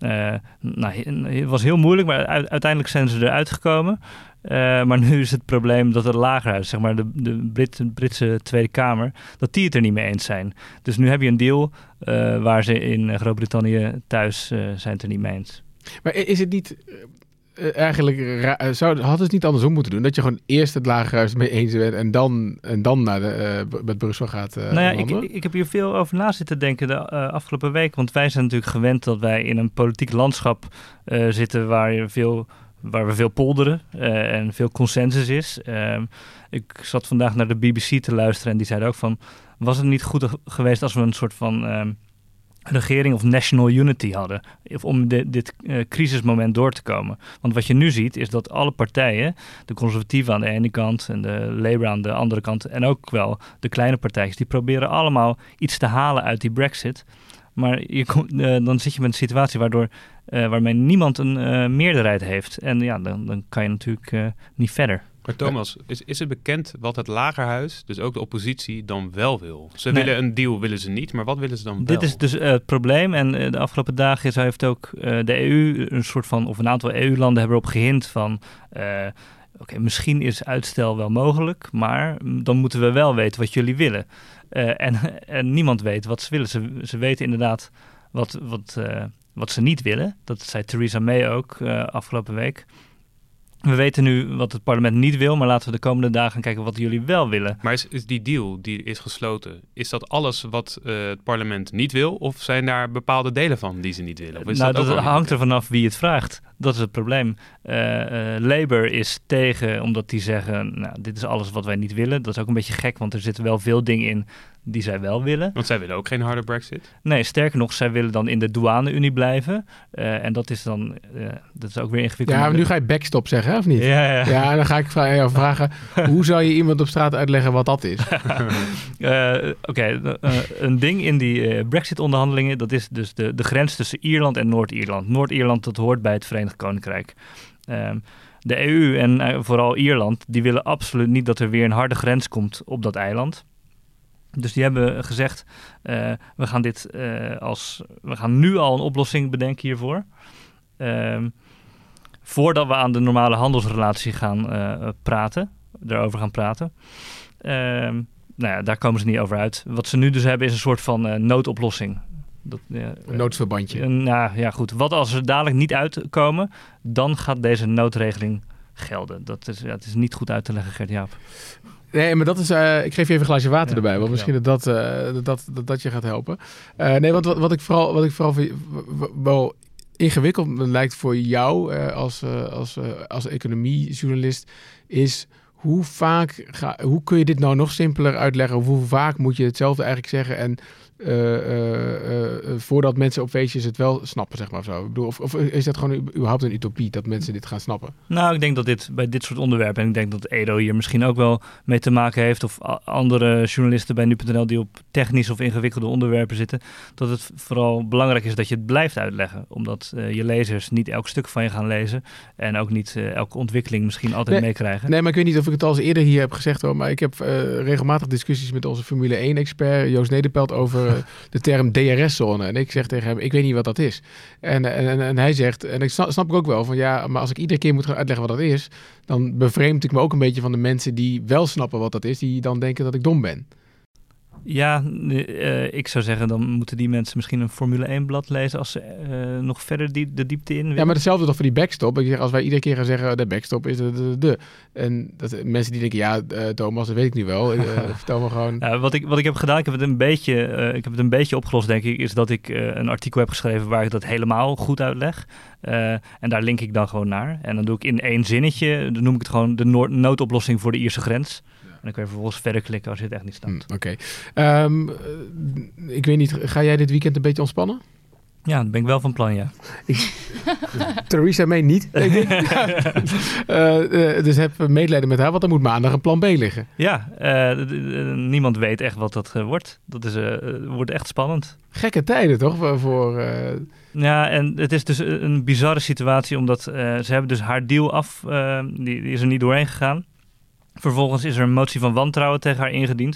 Het was heel moeilijk, maar uiteindelijk zijn ze eruit gekomen. Maar nu is het probleem dat het lagerhuis, zeg maar de Britse Tweede Kamer, dat die het er niet mee eens zijn. Dus nu heb je een deal waar ze in Groot-Brittannië thuis zijn het er niet mee eens. Maar is het niet eigenlijk had het niet andersom moeten doen? Dat je gewoon eerst het lagerhuis mee eens bent en dan naar met Brussel gaat ik heb hier veel over na zitten denken de afgelopen week. Want wij zijn natuurlijk gewend dat wij in een politiek landschap zitten waar we veel polderen en veel consensus is. Ik zat vandaag naar de BBC te luisteren en die zeiden ook van, was het niet goed geweest als we een soort van regering of national unity hadden, om dit crisismoment door te komen. Want wat je nu ziet is dat alle partijen, de conservatieven aan de ene kant en de Labour aan de andere kant en ook wel de kleine partijtjes, die proberen allemaal iets te halen uit die Brexit. Maar dan zit je met een situatie waarmee niemand een meerderheid heeft. En ja, dan kan je natuurlijk niet verder. Maar Thomas, is het bekend wat het Lagerhuis, dus ook de oppositie, dan wel wil? Ze willen een deal, willen ze niet, maar wat willen ze dan wel? Dit is dus het probleem. En de afgelopen dagen heeft ook de EU een aantal EU-landen hebben erop gehind van... Oké, misschien is uitstel wel mogelijk, maar dan moeten we wel weten wat jullie willen. En niemand weet wat ze willen. Ze weten inderdaad wat ze niet willen. Dat zei Theresa May ook afgelopen week. We weten nu wat het parlement niet wil, maar laten we de komende dagen gaan kijken wat jullie wel willen. Maar is die deal die is gesloten, is dat alles wat het parlement niet wil? Of zijn daar bepaalde delen van die ze niet willen? Dat hangt er vanaf wie het vraagt. Dat is het probleem. Labour is tegen, omdat die zeggen, dit is alles wat wij niet willen. Dat is ook een beetje gek, want er zitten wel veel dingen in die zij wel willen. Want zij willen ook geen harde Brexit? Nee, sterker nog, zij willen dan in de douane-unie blijven. En dat is dan, dat is ook weer ingewikkeld. Ja, maar nu ga je backstop zeggen, of niet? Ja. Ja, dan ga ik jou vragen, hoe zou je iemand op straat uitleggen wat dat is? Een ding in die Brexit-onderhandelingen, dat is dus de grens tussen Ierland en Noord-Ierland. Noord-Ierland, dat hoort bij het Verenigd Koninkrijk. De EU en vooral Ierland, die willen absoluut niet dat er weer een harde grens komt op dat eiland. Dus die hebben gezegd, we gaan nu al een oplossing bedenken hiervoor. Voordat we aan de normale handelsrelatie daarover gaan praten. Daar komen ze niet over uit. Wat ze nu dus hebben is een soort van noodoplossing. Een noodverbandje. Goed. Wat als ze dadelijk niet uitkomen, dan gaat deze noodregeling gelden. Het is niet goed uit te leggen, Gert-Jaap. Nee, maar dat is... ik geef je even een glaasje water erbij, want misschien dat je gaat helpen. Want wat ik vooral wel ingewikkeld lijkt voor jou als economiejournalist is... Hoe kun je dit nou nog simpeler uitleggen? Of hoe vaak moet je hetzelfde eigenlijk zeggen? En voordat mensen op feestjes het wel snappen, zeg maar. Of zo. Ik bedoel, of is dat gewoon überhaupt een utopie dat mensen dit gaan snappen? Nou, ik denk dat bij dit soort onderwerpen, en ik denk dat Edo hier misschien ook wel mee te maken heeft, of andere journalisten bij nu.nl die op technische of ingewikkelde onderwerpen zitten, dat het vooral belangrijk is dat je het blijft uitleggen. Omdat je lezers niet elk stuk van je gaan lezen en ook niet elke ontwikkeling misschien altijd meekrijgen. Nee, maar ik weet niet of ik het al eens eerder hier heb gezegd hoor, maar ik heb regelmatig discussies met onze Formule 1-expert Joost Nederpelt over de term DRS-zone. En ik zeg tegen hem, ik weet niet wat dat is. En hij zegt, en ik snap ik ook wel, van ja, maar als ik iedere keer moet gaan uitleggen wat dat is, dan bevreemd ik me ook een beetje van de mensen die wel snappen wat dat is, die dan denken dat ik dom ben. Ja, ik zou zeggen, dan moeten die mensen misschien een Formule 1-blad lezen als ze nog verder de diepte in willen. Ja, maar hetzelfde toch voor die backstop. Ik zeg, als wij iedere keer gaan zeggen, de backstop is de. En dat mensen die denken, ja, Thomas, dat weet ik nu wel. Vertel me gewoon. Ja, wat ik heb gedaan, ik heb het een beetje opgelost, denk ik, is dat ik een artikel heb geschreven waar ik dat helemaal goed uitleg. En daar link ik dan gewoon naar. En dan doe ik in 1 zinnetje, dan noem ik het gewoon de noodoplossing voor de Ierse grens. En dan kun je vervolgens verder klikken als je het echt niet snapt. Oké. Ik weet niet, ga jij dit weekend een beetje ontspannen? Ja, dat ben ik wel van plan, ja. Theresa May niet, denk ik. Dus heb medelijden met haar, want dan moet maandag een plan B liggen. Ja, niemand weet echt wat dat wordt. Dat wordt echt spannend. Gekke tijden, toch? Ja, en het is dus een bizarre situatie, omdat ze hebben dus haar deal af, die is er niet doorheen gegaan. Vervolgens is er een motie van wantrouwen tegen haar ingediend.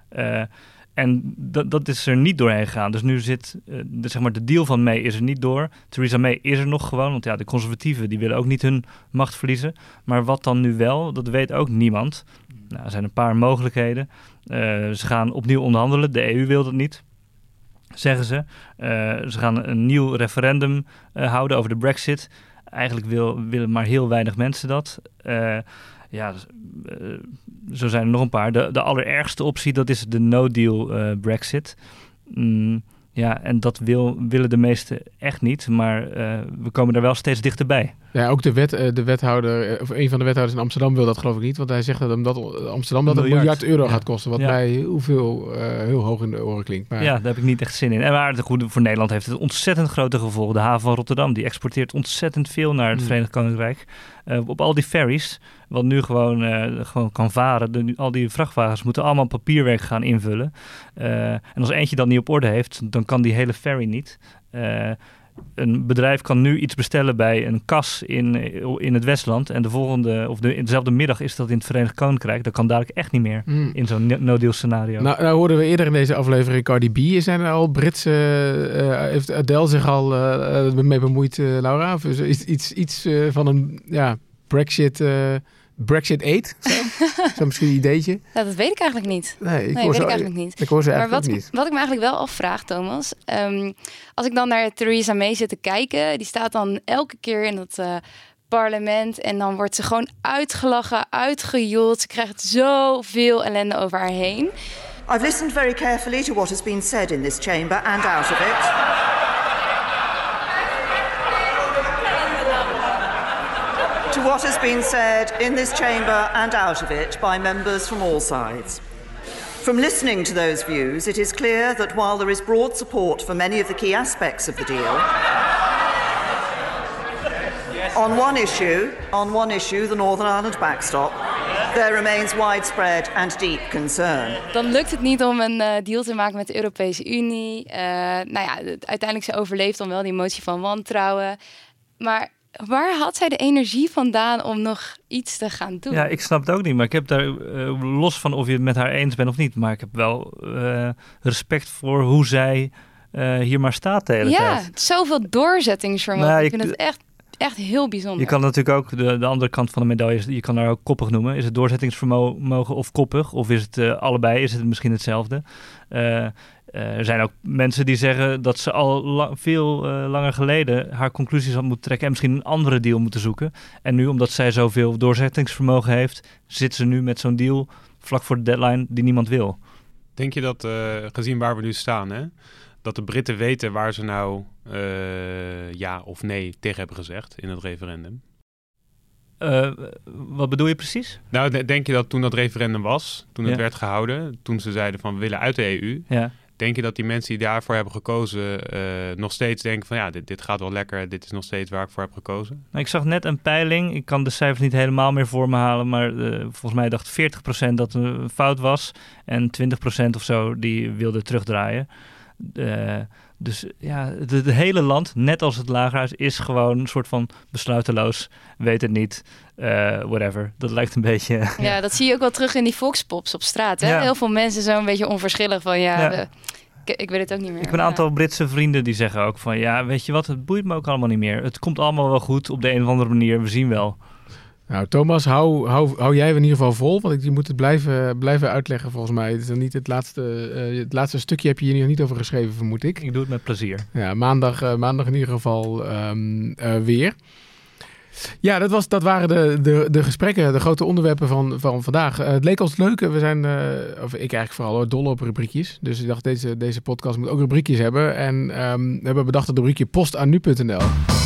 En dat is er niet doorheen gegaan. Dus nu zit de deal van May is er niet door. Theresa May is er nog gewoon. Want ja, de conservatieven die willen ook niet hun macht verliezen. Maar wat dan nu wel, dat weet ook niemand. Nou, er zijn een paar mogelijkheden. Ze gaan opnieuw onderhandelen. De EU wil dat niet, zeggen ze. Ze gaan een nieuw referendum houden over de Brexit. Eigenlijk willen maar heel weinig mensen dat. Zo zijn er nog een paar. De allerergste optie, dat is de no-deal Brexit. En dat willen de meesten echt niet. Maar we komen daar wel steeds dichterbij. Ja, ook de wethouder, of een van de wethouders in Amsterdam wil dat geloof ik niet. Want hij zegt dat Amsterdam dat €1 miljard gaat kosten. Wat mij heel hoog in de oren klinkt. Maar... Ja, daar heb ik niet echt zin in. En maar voor Nederland heeft het ontzettend grote gevolgen. De haven van Rotterdam, die exporteert ontzettend veel naar het Verenigd Koninkrijk. Op al die ferries, wat nu gewoon kan varen. Al die vrachtwagens moeten allemaal papierwerk gaan invullen. En als eentje dat niet op orde heeft, dan kan die hele ferry niet. een bedrijf kan nu iets bestellen bij een kas in het Westland en de volgende of dezelfde middag is dat in het Verenigd Koninkrijk. Dat kan dadelijk echt niet meer in zo'n no-deal scenario. Nou hoorden we eerder in deze aflevering Cardi B. Zijn er al Britse... heeft Adele zich al mee bemoeid, Laura? Of iets van een Brexit aid? Zo misschien een ideetje? Ja, dat weet ik eigenlijk niet. Nee, ik hoor ze eigenlijk niet. Wat ik me eigenlijk wel afvraag, Thomas. Als ik dan naar Theresa May zit te kijken. Die staat dan elke keer in dat parlement. En dan wordt ze gewoon uitgelachen, uitgejoeld. Ze krijgt zoveel ellende over haar heen. I've listened very carefully to what has been said in this chamber and out of it. To what has been said in this chamber and out of it by members from all sides. From listening to those views, it is clear that while there is broad support for many of the key aspects of the deal, on one issue, the Northern Ireland backstop, there remains widespread and deep concern. Dan lukt het niet om een deal te maken met de Europese Unie. Uiteindelijk ze overleeft dan wel die motie van wantrouwen. Maar waar had zij de energie vandaan om nog iets te gaan doen? Ja, ik snap het ook niet. Maar ik heb daar, los van of je het met haar eens bent of niet, maar ik heb wel respect voor hoe zij hier maar staat de hele tijd. Ja, zoveel doorzettingsvermogen. Ik vind het echt heel bijzonder. Je kan natuurlijk ook de andere kant van de medaille, je kan haar ook koppig noemen. Is het doorzettingsvermogen of koppig? Of is het allebei? Is het misschien hetzelfde? Er zijn ook mensen die zeggen dat ze al veel langer geleden haar conclusies had moeten trekken en misschien een andere deal moeten zoeken. En nu, omdat zij zoveel doorzettingsvermogen heeft, zit ze nu met zo'n deal vlak voor de deadline die niemand wil. Denk je dat, gezien waar we nu staan, hè, dat de Britten weten waar ze nou ja of nee tegen hebben gezegd in het referendum? Wat bedoel je precies? Nou, denk je dat toen dat referendum was, toen het werd gehouden, toen ze zeiden van we willen uit de EU, denk je dat die mensen die daarvoor hebben gekozen nog steeds denken van ja, dit gaat wel lekker, dit is nog steeds waar ik voor heb gekozen? Nou, ik zag net een peiling, ik kan de cijfers niet helemaal meer voor me halen, maar volgens mij dacht 40% dat het een fout was en 20% of zo die wilde terugdraaien. Dus ja, het hele land, net als het Lagerhuis, is gewoon een soort van besluiteloos, weet het niet, whatever. Dat lijkt een beetje... Ja, dat zie je ook wel terug in die voxpops op straat. Hè? Ja. Heel veel mensen zo een beetje onverschillig van ik weet het ook niet meer. Ik heb een aantal Britse vrienden die zeggen ook van ja, weet je wat, het boeit me ook allemaal niet meer. Het komt allemaal wel goed op de een of andere manier, we zien wel. Nou, Thomas, hou jij in ieder geval vol, want je moet het blijven uitleggen volgens mij. Het is dan niet het laatste stukje heb je hier nog niet over geschreven, vermoed ik. Ik doe het met plezier. Ja, maandag in ieder geval weer. Ja, dat waren de gesprekken, de grote onderwerpen van vandaag. Het leek ons leuk. We zijn, of ik eigenlijk vooral, dol op rubriekjes. Dus ik dacht, deze podcast moet ook rubriekjes hebben. En we hebben bedacht het rubriekje post aan nu.nl.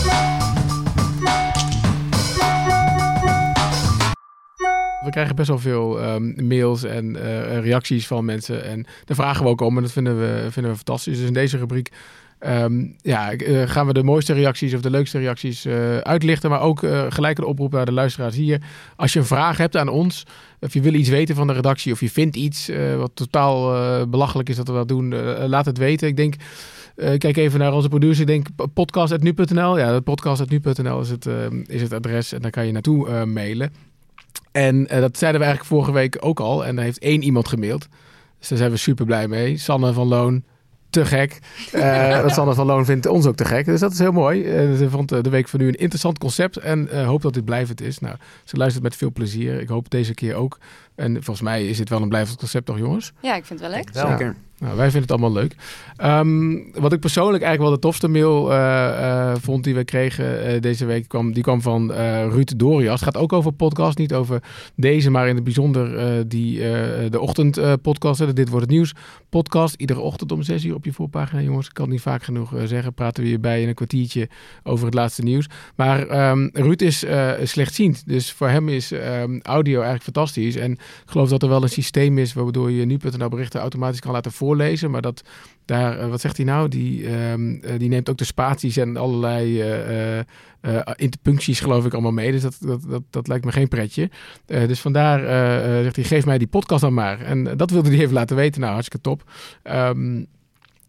We krijgen best wel veel mails en reacties van mensen. En daar vragen we ook om en dat vinden we fantastisch. Dus in deze rubriek gaan we de mooiste reacties of de leukste reacties uitlichten. Maar ook gelijk een oproep naar de luisteraars hier. Als je een vraag hebt aan ons, of je wil iets weten van de redactie, of je vindt iets wat totaal belachelijk is dat we dat doen, laat het weten. Ik denk... kijk even naar onze producer. Ik denk podcast@nu.nl. Ja, podcast@nu.nl is het adres en daar kan je naartoe mailen. En dat zeiden we eigenlijk vorige week ook al. En daar heeft 1 iemand gemaild. Dus daar zijn we super blij mee. Sanne van Loon, te gek. Want Sanne van Loon vindt ons ook te gek. Dus dat is heel mooi. Ze vond de Week van Nu een interessant concept. En hoop dat dit blijvend is. Nou, ze luistert met veel plezier. Ik hoop deze keer ook. En volgens mij is dit wel een blijvend concept, toch jongens? Ja, ik vind het wel leuk. Zeker. Ja. Nou, wij vinden het allemaal leuk. Wat ik persoonlijk eigenlijk wel de tofste mail vond die we kregen deze week, die kwam van Ruud Dorias. Het gaat ook over podcast, niet over deze, maar in het bijzonder de ochtendpodcast, de Dit Wordt Het Nieuws podcast. Iedere ochtend om 6 uur op je voorpagina, jongens. Ik kan het niet vaak genoeg zeggen. Praten we hierbij in een kwartiertje over het laatste nieuws. Maar Ruud is slechtziend, dus voor hem is audio eigenlijk fantastisch. En ik geloof dat er wel een systeem is waardoor je nu.nl berichten automatisch kan laten voorlezen, maar wat zegt hij nou? Die neemt ook de spaties en allerlei interpuncties geloof ik allemaal mee. Dus dat lijkt me geen pretje. Dus vandaar zegt hij, geef mij die podcast dan maar. En dat wilde hij even laten weten. Nou, hartstikke top.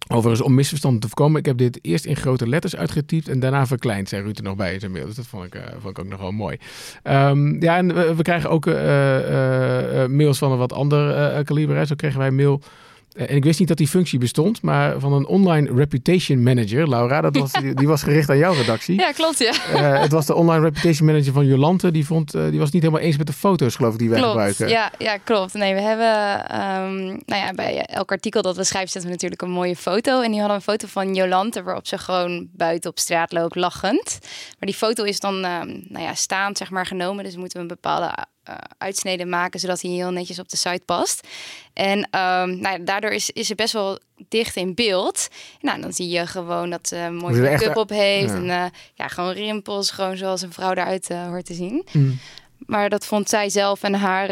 Overigens, om misverstanden te voorkomen, ik heb dit eerst in grote letters uitgetypt en daarna verkleind, zei Ruud er nog bij in zijn mail. Dus dat vond ik ook nog wel mooi. En we krijgen ook mails van een wat ander kaliber. Zo kregen wij mail. En ik wist niet dat die functie bestond, maar van een online reputation manager. Laura, die was gericht aan jouw redactie. Ja, klopt, ja. Het was de online reputation manager van Jolante. Die was het niet helemaal eens met de foto's, geloof ik, die wij gebruiken. Ja, klopt. Nee, we hebben bij elk artikel dat we schrijven zetten we natuurlijk een mooie foto. En die hadden een foto van Jolante waarop ze gewoon buiten op straat loopt lachend. Maar die foto is dan staand, zeg maar, genomen. Dus moeten we een bepaalde uitsneden maken, zodat hij heel netjes op de site past. En daardoor is ze best wel dicht in beeld. Nou, dan zie je gewoon dat ze een mooie make-up op heeft. Ja. En gewoon rimpels, gewoon zoals een vrouw eruit hoort te zien. Maar dat vond zij zelf en haar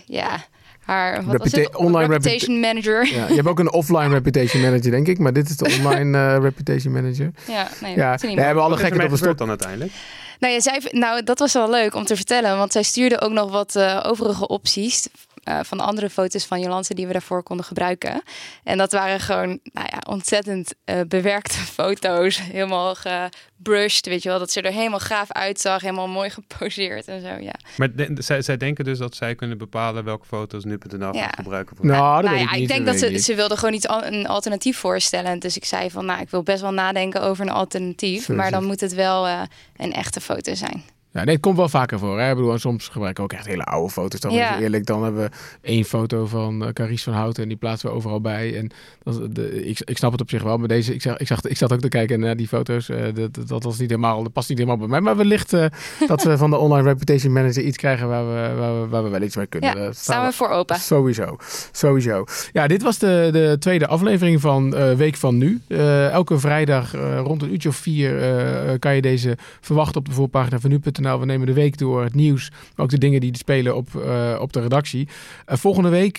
online reputation manager. Ja, je hebt ook een offline reputation manager, denk ik. Maar dit is de online reputation manager. We hebben alle gekken op de stok dan uiteindelijk. Dat was wel leuk om te vertellen. Want zij stuurde ook nog wat overige opties van andere foto's van Jolante die we daarvoor konden gebruiken. En dat waren gewoon ontzettend bewerkte foto's. Helemaal gebrushed, weet je wel. Dat ze er helemaal gaaf uitzag. Helemaal mooi geposeerd en zo, ja. Maar zij denken dus dat zij kunnen bepalen welke foto's nu.nl gaan gebruiken? Ik denk dat ze wilde gewoon een alternatief voorstellen. Dus ik zei van, ik wil best wel nadenken over een alternatief. Maar dan moet het wel een echte foto zijn. Ja, nee, het komt wel vaker voor. Hè? Ik bedoel, soms gebruiken we ook echt hele oude foto's. Dan is eerlijk, dan hebben we 1 foto van Carice van Houten en die plaatsen we overal bij. En ik snap het op zich wel. Maar deze, ik zat ook te kijken naar die foto's. Dat was niet helemaal, dat past niet helemaal bij mij. Maar wellicht dat we van de online reputation manager iets krijgen waar we wel iets mee kunnen. Ja, staan we voor open. Sowieso. Ja, dit was de tweede aflevering van Week van Nu. Elke vrijdag rond een uurtje of 4 kan je deze verwachten op de voorpagina van nu.nl. We nemen de week door, het nieuws, maar ook de dingen die spelen op de redactie. Volgende week,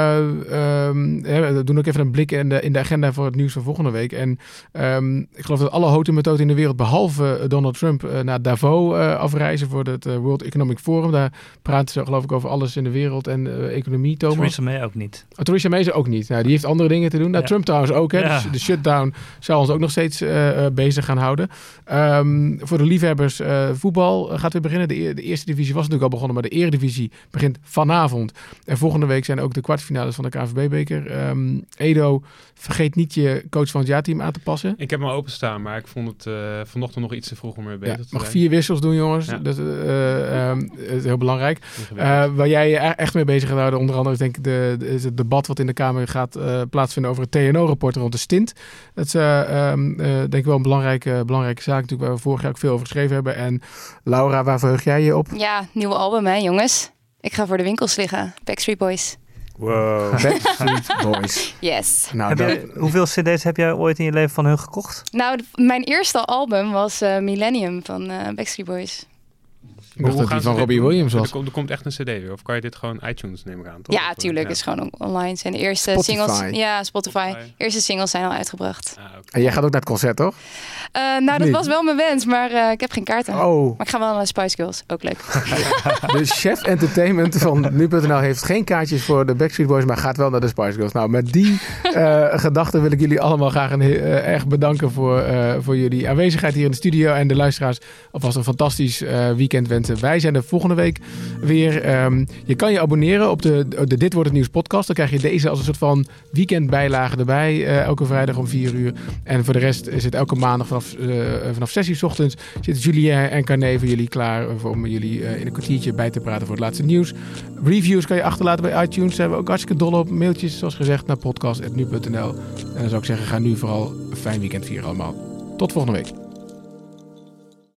we doen ook even een blik in de agenda voor het nieuws van volgende week. En ik geloof dat alle houten methoden in de wereld, behalve Donald Trump, naar Davos afreizen voor het World Economic Forum. Daar praten ze, geloof ik, over alles in de wereld en economie, Thomas. Theresa May ook niet. Theresa May ook niet. Nou, die heeft andere dingen te doen. Nou, Trump trouwens ook. Hè? Ja. De shutdown zou ons ook nog steeds bezig gaan houden. Voor de liefhebbers, voetbal gaat weer beginnen. De eerste divisie was natuurlijk al begonnen, maar de eredivisie begint vanavond. En volgende week zijn ook de kwartfinales van de KNVB-beker. Edo, vergeet niet je coach van het jaarteam aan te passen. Ik heb hem openstaan, maar ik vond het vanochtend nog iets te vroeg om mee bezig te zijn. Mag 4 wissels doen, jongens. Ja. Dat is heel belangrijk. Waar jij je echt mee bezig gaat houden, onder andere is denk ik het debat wat in de Kamer gaat plaatsvinden over het TNO-rapport rond de stint. Dat is denk ik wel een belangrijke zaak, natuurlijk, waar we vorig jaar ook veel over geschreven hebben. En Laura, waar verheug jij je op? Ja, nieuwe album, hè, jongens. Ik ga voor de winkels liggen. Backstreet Boys. Wow. Backstreet Boys. Yes. Hoeveel cd's heb jij ooit in je leven van hun gekocht? Nou, mijn eerste album was Millennium van Backstreet Boys. Ik dacht dat die van Robbie Williams was. Er komt echt een cd weer. Of kan je dit gewoon iTunes nemen aan? Toch? Ja, tuurlijk. Het is gewoon online. Zijn de eerste singles. Ja, Spotify. Eerste singles zijn al uitgebracht. Okay. En jij gaat ook naar het concert, toch? Dat was wel mijn wens, maar ik heb geen kaarten. Oh. Maar ik ga wel naar Spice Girls. Ook leuk. De chef entertainment van nu.nl heeft geen kaartjes voor de Backstreet Boys, maar gaat wel naar de Spice Girls. Nou, met die gedachten wil ik jullie allemaal graag erg bedanken voor jullie aanwezigheid hier in de studio. En de luisteraars alvast een fantastisch weekend wensen. Wij zijn er volgende week weer. Je kan je abonneren op de Dit Wordt Het Nieuws podcast. Dan krijg je deze als een soort van weekendbijlage erbij. Elke vrijdag om 4 uur. En voor de rest is het elke maandag vanaf 6 uur 's ochtends zitten Julien en Carné voor jullie klaar om jullie in een kwartiertje bij te praten voor het laatste nieuws. Reviews kan je achterlaten bij iTunes. Daar hebben we ook hartstikke dol op. Mailtjes, zoals gezegd, naar podcast@nu.nl. En dan zou ik zeggen, ga nu vooral een fijn weekend vieren allemaal. Tot volgende week.